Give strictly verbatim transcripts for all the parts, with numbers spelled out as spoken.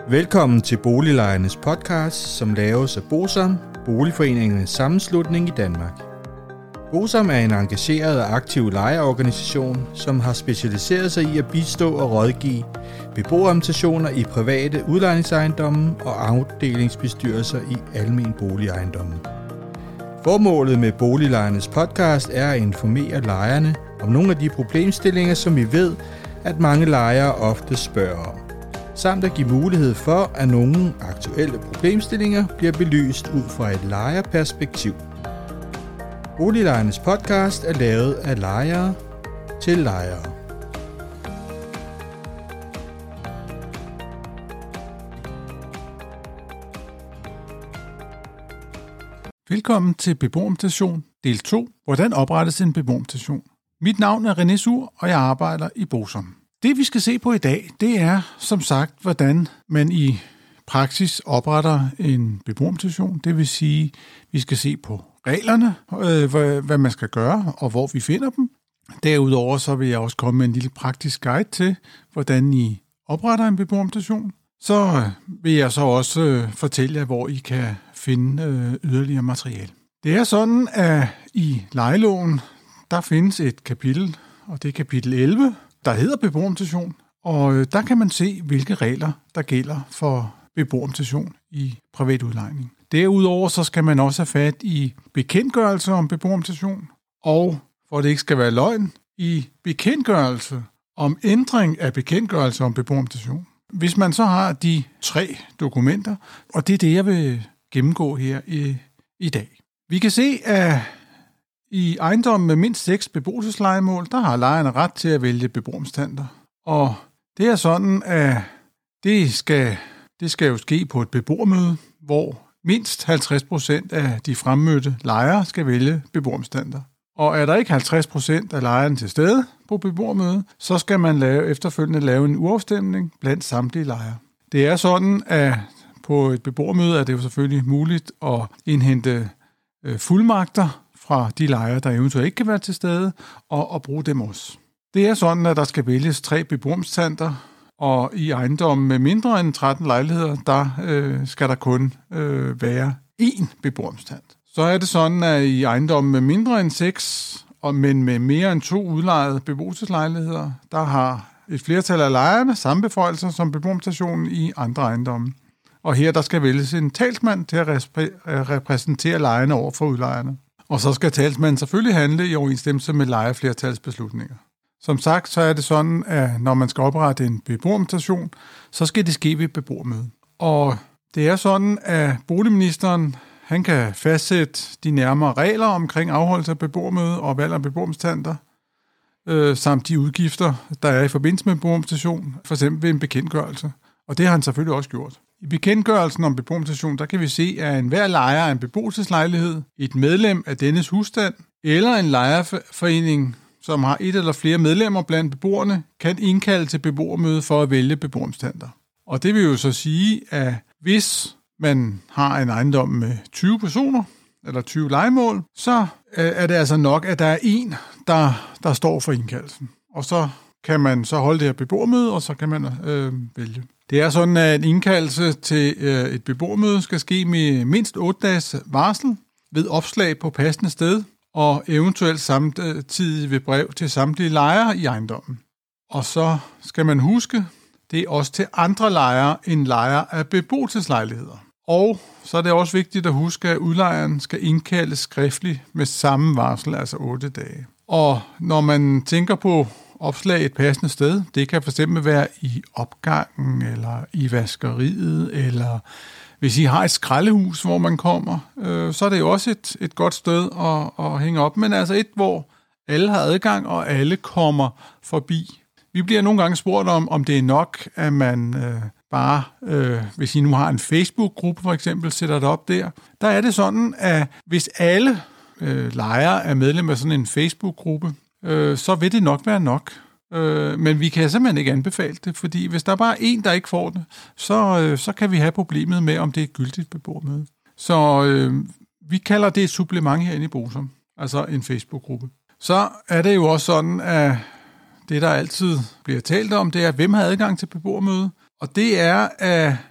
Velkommen til Boliglejernes podcast, som laves af BOSAM, Boligforeningernes Sammenslutning i Danmark. BOSAM er en engageret og aktiv lejerorganisation, som har specialiseret sig i at bistå og rådgive beboerrepræsentationer i private udlejningsejendomme og afdelingsbestyrelser i almen boligejendomme. Formålet med Boliglejernes podcast er at informere lejerne om nogle af de problemstillinger, som vi ved, at mange lejere ofte spørger om, samt at give mulighed for, at nogle aktuelle problemstillinger bliver belyst ud fra et lejerperspektiv. Boliglejernes podcast er lavet af lejere til lejere. Velkommen til beboerrepræsentation del to. Hvordan oprettes en beboerrepræsentation? Mit navn er René Suhr, og jeg arbejder i BOSAM. Det vi skal se på i dag, det er som sagt, hvordan man i praksis opretter en beboerrepræsentation. Det vil sige, vi skal se på reglerne, øh, hvad man skal gøre og hvor vi finder dem. Derudover så vil jeg også komme med en lille praktisk guide til, hvordan I opretter en beboerrepræsentation. Så vil jeg så også øh, fortælle jer, hvor I kan finde øh, yderligere materiale. Det er sådan, at i lejeloven, der findes et kapitel, og det er kapitel elleve, der hedder beboerrepræsentation, og øh, der kan man se, hvilke regler, der gælder for beboerrepræsentation i privat udlejning. Derudover så skal man også have fat i bekendtgørelse om beboerrepræsentation, og for det ikke skal være løgn, i bekendtgørelse om ændring af bekendtgørelse om beboerrepræsentation. Hvis man så har de tre dokumenter, og det er det, jeg vil gennemgå her i, i dag. Vi kan se, at i ejendommen med mindst seks beboelseslejemål, der har lejerne ret til at vælge beboerrepræsentanter. Og det er sådan, at det skal, det skal jo ske på et beboermøde, hvor mindst halvtreds procent af de fremmødte lejere skal vælge beboerrepræsentanter. Og er der ikke halvtreds procent af lejerne til stede på beboermødet, så skal man lave, efterfølgende lave en urafstemning blandt samtlige lejere. Det er sådan, at på et beboermøde er det jo selvfølgelig muligt at indhente øh, fuldmagter fra de lejere, der eventuelt ikke kan være til stede, og, og bruge dem også. Det er sådan, at der skal vælges tre beboerrepræsentanter, og i ejendommen med mindre end tretten lejligheder, der øh, skal der kun øh, være én beboerrepræsentant. Så er det sådan, at i ejendommen med mindre end seks, og men med mere end to udlejede beboelseslejligheder, der har et flertal af lejerne samme beføjelser som beboerrepræsentationen i andre ejendomme. Og her der skal vælges en talsmand til at repræ- repræsentere lejerne over for udlejerne. Og så skal talsmanden selvfølgelig handle i overensstemmelse med lejerflertalsbeslutninger. Som sagt, så er det sådan, at når man skal oprette en beboerrepræsentation, så skal det ske ved et beboermøde. Og det er sådan, at boligministeren han kan fastsætte de nærmere regler omkring afholdelse af beboermøde og valg af beboerrepræsentanter, øh, samt de udgifter, der er i forbindelse med beboerrepræsentation, for eksempel ved en bekendtgørelse. Og det har han selvfølgelig også gjort. I bekendtgørelsen om beboerrepræsentation, der kan vi se, at enhver lejer af en beboelseslejlighed, et medlem af dennes husstand, eller en lejerforening, som har et eller flere medlemmer blandt beboerne, kan indkalde til beboermøde for at vælge beboerrepræsentanter. Og det vil jo så sige, at hvis man har en ejendom med tyve personer, eller tyve lejemål, så er det altså nok, at der er en, der, der står for indkaldelsen. Og så kan man så holde det her beboermøde, og så kan man øh, vælge. Det er sådan, at en indkaldelse til øh, et beboermøde skal ske med mindst otte dages varsel ved opslag på passende sted, og eventuelt samtidig ved brev til samtlige lejere i ejendommen. Og så skal man huske, det er også til andre lejere end lejere af beboelseslejligheder. Og så er det også vigtigt at huske, at udlejeren skal indkaldes skriftligt med samme varsel, altså otte dage. Og når man tænker på opslag et passende sted, det kan fx være i opgangen, eller i vaskeriet, eller hvis I har et skraldehus, hvor man kommer, øh, så er det jo også et, et godt sted at, at hænge op. Men altså et, hvor alle har adgang, og alle kommer forbi. Vi bliver nogle gange spurgt om, om det er nok, at man øh, bare, øh, hvis I nu har en Facebook-gruppe for eksempel, sætter det op der. Der er det sådan, at hvis alle øh, lejere er medlem af sådan en Facebook-gruppe, øh, så vil det nok være nok. Øh, men vi kan simpelthen ikke anbefale det, fordi hvis der er bare en, der ikke får det, så, øh, så kan vi have problemet med, om det er et gyldigt beboermøde. Så øh, vi kalder det et supplement herinde i BOSAM, altså en Facebook-gruppe. Så er det jo også sådan, at det, der altid bliver talt om, det er, hvem har adgang til beboermøde. Og det er, at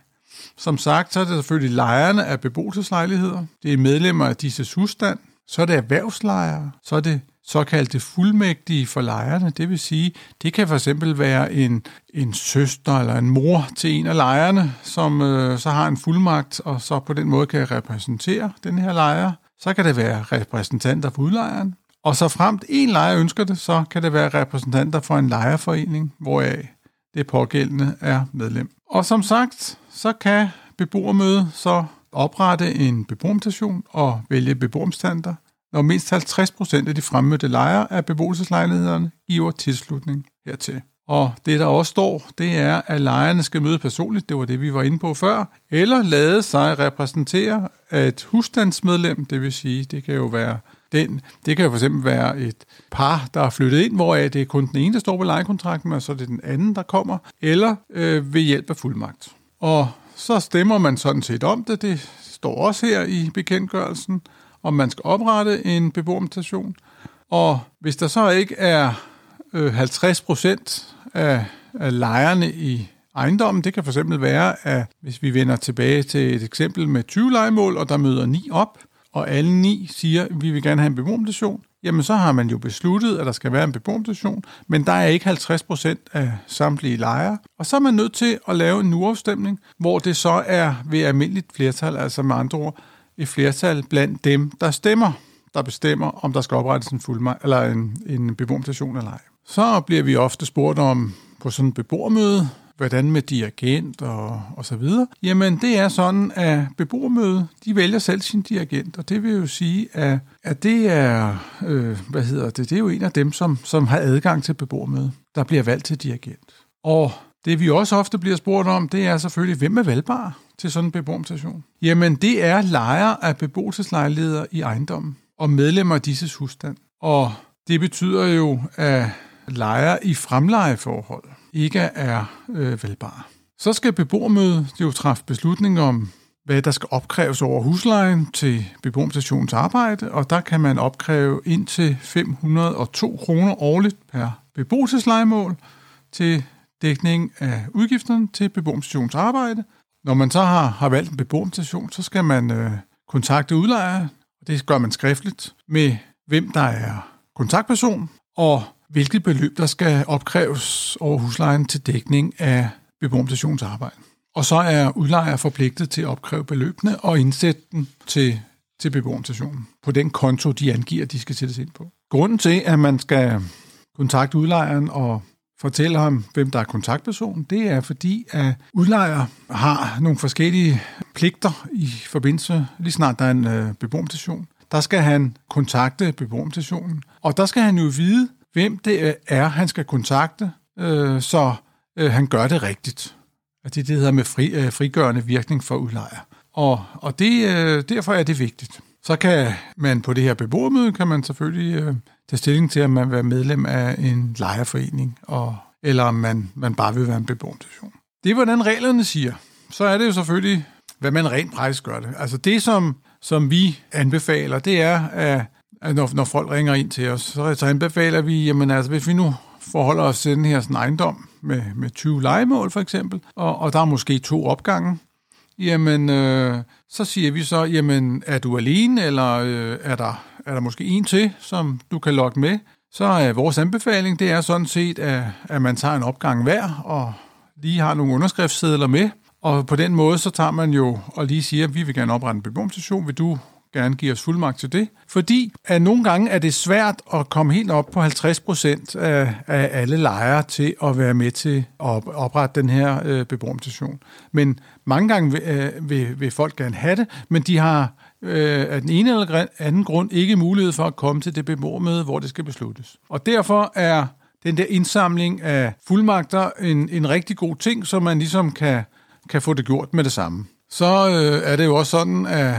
som sagt, så er det selvfølgelig lejerne af beboelseslejligheder. Det er medlemmer af disses husstand. Så er det erhvervslejere. Så er det såkaldte fuldmægtige for lejerne. Det vil sige, det kan for eksempel være en, en søster eller en mor til en af lejerne, som øh, så har en fuldmagt, og så på den måde kan repræsentere den her lejer. Så kan det være repræsentanter for udlejeren. Og så fremt en lejer ønsker det, så kan det være repræsentanter for en lejerforening, hvoraf det pågældende er medlem. Og som sagt, så kan beboermødet så oprette en beboermutation og vælge beboermstandarder, når mindst halvtreds procent af de fremmødte lejere af beboelseslejlighederne giver tilslutning hertil. Og det, der også står, det er, at lejerne skal møde personligt, det var det, vi var inde på før, eller lade sig repræsentere af et husstandsmedlem, det vil sige, det kan jo være den, det kan jo for eksempel være et par, der er flyttet ind, hvoraf det er kun den ene, der står på lejekontrakten, og så er det den anden, der kommer, eller øh, ved hjælp af fuldmagt. Og så stemmer man sådan set om det, det står også her i bekendtgørelsen, om man skal oprette en beboermutation. Og hvis der så ikke er øh, halvtreds procent af, af lejerne i ejendommen, det kan fx være, at hvis vi vender tilbage til et eksempel med tyve lejemål, og der møder ni op, og alle ni siger, at vi vil gerne have en beboermutation, jamen så har man jo besluttet, at der skal være en beboermutation, men der er ikke halvtreds procent af samtlige lejere. Og så er man nødt til at lave en urafstemning, hvor det så er ved almindeligt flertal, altså med andre ord, et flertal blandt dem, der stemmer, der bestemmer, om der skal oprettes en fuldmagt eller en, en beboermutation eller ej. Så bliver vi ofte spurgt om på sådan et beboermøde, hvordan med dirigent og, og så videre. Jamen, det er sådan, at beboermødet, de vælger selv sin dirigent, og det vil jo sige, at, at det er, øh, hvad hedder det, det er jo en af dem, som, som har adgang til beboermødet, der bliver valgt til dirigent. Og det vi også ofte bliver spurgt om, det er selvfølgelig, hvem er valgbar til sådan en beboermutation? Jamen, det er lejere af beboelseslejligheder i ejendommen og medlemmer af disses husstand. Og det betyder jo, at lejere i fremlejeforhold ikke er øh, valgbare. Så skal beboermødet jo træffe beslutning om, hvad der skal opkræves over huslejen til beboermutationens arbejde, og der kan man opkræve indtil fem hundrede og to kroner årligt per beboelseslejemål til dækning af udgifterne til beboermutationens arbejde. Når man så har, har valgt en beboermutation, så skal man øh, kontakte udlejer, og det gør man skriftligt, med hvem der er kontaktperson, og hvilket beløb, der skal opkræves over huslejen til dækning af beboermutationens arbejde. Og så er udlejer forpligtet til at opkræve beløbene og indsætte dem til, til beboermutationen på den konto, de angiver, de skal sættes ind på. Grunden til, at man skal kontakte udlejeren og fortælle ham, hvem der er kontaktperson, det er fordi, at udlejer har nogle forskellige pligter i forbindelse, lige snart der er en øh, beboermutation. Der skal han kontakte beboermutationen, og der skal han jo vide, hvem det er, han skal kontakte, øh, så øh, han gør det rigtigt. Det er det, der hedder med fri, øh, frigørende virkning for udlejer. Og, og det, øh, derfor er det vigtigt. Så kan man på det her beboermøde, kan man selvfølgelig øh, tage stilling til, at man vil være medlem af en lejerforening, og, eller om man, man bare vil være en beboermutation. Det er, hvordan reglerne siger. Så er det jo selvfølgelig, hvad man rent praktisk gør det. Altså det, som, som vi anbefaler, det er, at Når, når folk ringer ind til os, så, så anbefaler vi, jamen altså, hvis vi nu forholder os til den her sådan ejendom med, med tyve lejemål for eksempel, og, og der er måske to opgange, jamen øh, så siger vi så, jamen er du alene, eller øh, er, der, er der måske en til, som du kan logge med? Så er vores anbefaling, det er sådan set, at, at man tager en opgang hver, og lige har nogle underskriftssedler med, og på den måde, så tager man jo og lige siger, at vi vil gerne oprette en beboermutation, vil du gerne give os fuldmagt til det, fordi at nogle gange er det svært at komme helt op på halvtreds procent af, af alle lejere til at være med til at oprette den her øh, beboermutation. Men mange gange vil, øh, vil, vil folk gerne have det, men de har øh, af den ene eller anden grund ikke mulighed for at komme til det beboermøde, hvor det skal besluttes. Og derfor er den der indsamling af fuldmagter en, en rigtig god ting, så man ligesom kan, kan få det gjort med det samme. Så øh, er det jo også sådan, at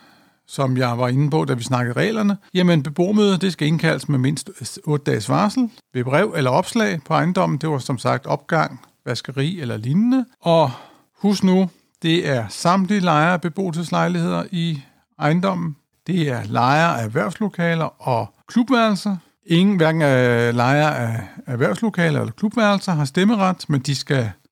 som jeg var inde på, da vi snakkede reglerne, jamen beboermødet, det skal indkaldes med mindst otte dages varsel ved brev eller opslag på ejendommen. Det var som sagt opgang, vaskeri eller lignende. Og husk nu, det er samtlige lejere af beboelseslejligheder i ejendommen. Det er lejere af erhvervslokaler og klubværelser. Ingen, hverken af lejere af erhvervslokaler eller klubværelser, har stemmeret, men de skal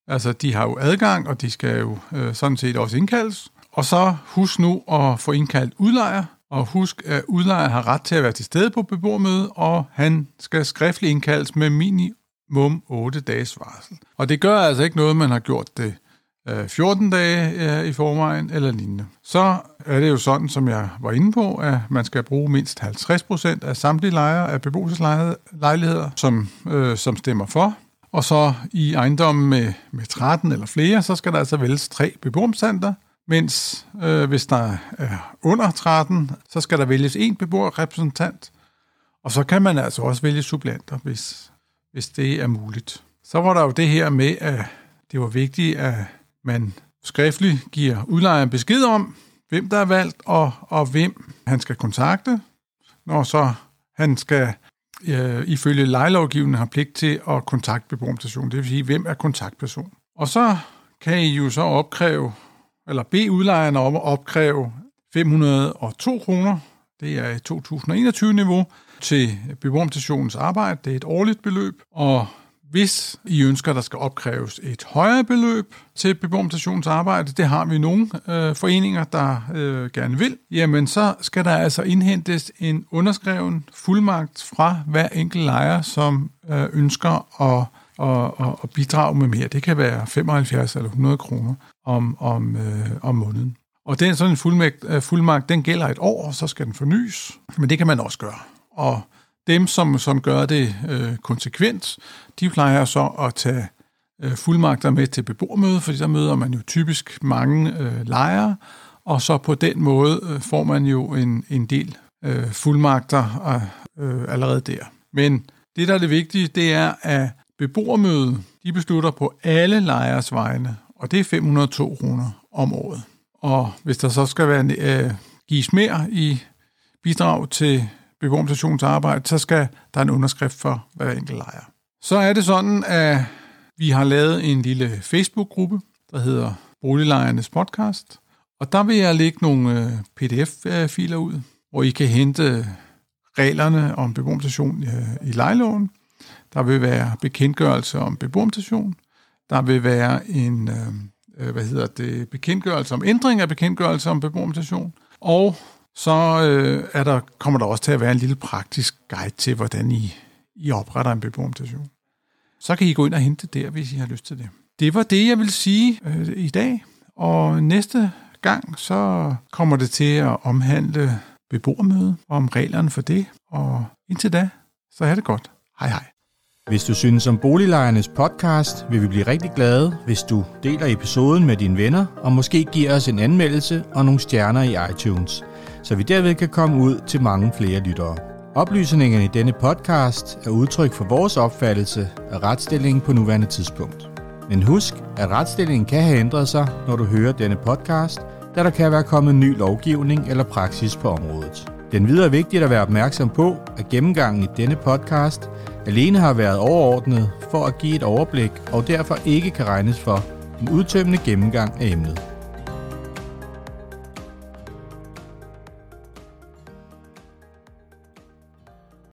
Altså, de har jo adgang, og de skal jo øh, sådan set også indkaldes. Og så husk nu at få indkaldt udlejer, og husk, at udlejer har ret til at være til stede på beboermødet, og han skal skriftligt indkaldes med minimum otte dages varsel. Og det gør altså ikke noget, man har gjort det øh, fjorten dage øh, i forvejen eller lignende. Så er det jo sådan, som jeg var inde på, at man skal bruge mindst halvtreds procent af samtlige lejere af beboelseslejligheder, som, øh, som stemmer for. Og så i ejendommen med, med tretten eller flere, så skal der altså vælges tre beboerrepræsentanter, mens øh, hvis der er under tretten, så skal der vælges en beboerrepræsentant, og så kan man altså også vælge suppleanter, hvis, hvis det er muligt. Så var der jo det her med, at det var vigtigt, at man skriftligt giver udlejeren besked om, hvem der er valgt, og, og hvem han skal kontakte, når så han skal øh, ifølge lejelovgivningen har pligt til at kontakte beboerrepræsentationen, det vil sige, hvem er kontaktperson. Og så kan I jo så opkræve, eller bede udlejerne om at opkræve fem hundrede og to kroner, det er i to tusind og enogtyve-niveau, til beboerrepræsentationens arbejde. Det er et årligt beløb, og hvis I ønsker, der skal opkræves et højere beløb til beboerrepræsentationens arbejde, det har vi nogle øh, foreninger, der øh, gerne vil, jamen så skal der altså indhentes en underskreven fuldmagt fra hver enkelt lejer, som øh, ønsker at, at, at, at bidrage med mere. Det kan være femoghalvfjerds eller hundrede kroner om, om, øh, om måneden. Og den sådan en fuldmagt, fuldmagt, den gælder et år, og så skal den fornyes, men det kan man også gøre. Og dem, som, som gør det øh, konsekvent, de plejer så at tage øh, fuldmagter med til beboermøde, fordi der møder man jo typisk mange øh, lejere, og så på den måde øh, får man jo en, en del øh, fuldmagter øh, allerede der. Men det, der er det vigtige, det er, at beboermødet, de beslutter på alle lejers vegne, og det er fem hundrede og to kroner om året. Og hvis der så skal være, øh, gives mere i bidrag til beboerrepræsentationens arbejde, så skal der en underskrift for hver enkelt lejer. Så er det sådan, at vi har lavet en lille Facebook-gruppe, der hedder Boliglejernes Podcast, og der vil jeg lægge nogle P D F-filer ud, hvor I kan hente reglerne om beboerrepræsentation i lejeloven. Der vil være bekendtgørelse om beboerrepræsentation. Der vil være en øh, hvad hedder det, bekendtgørelse om ændring af bekendtgørelse om beboerrepræsentation. Og så øh, er der, kommer der også til at være en lille praktisk guide til, hvordan I, I opretter en beboerrepræsentation. Så kan I gå ind og hente det der, hvis I har lyst til det. Det var det, jeg vil sige øh, i dag. Og næste gang, så kommer det til at omhandle beboermøde, om reglerne for det. Og indtil da, så er det godt. Hej hej. Hvis du synes om Boliglejernes podcast, vil vi blive rigtig glade, hvis du deler episoden med dine venner, og måske giver os en anmeldelse og nogle stjerner i iTunes, så vi derved kan komme ud til mange flere lyttere. Oplysningerne i denne podcast er udtryk for vores opfattelse af retsstillingen på nuværende tidspunkt. Men husk, at retsstillingen kan have ændret sig, når du hører denne podcast, da der kan være kommet ny lovgivning eller praksis på området. Den videre er vigtigt at være opmærksom på, at gennemgangen i denne podcast alene har været overordnet for at give et overblik, og derfor ikke kan regnes for en udtømmende gennemgang af emnet.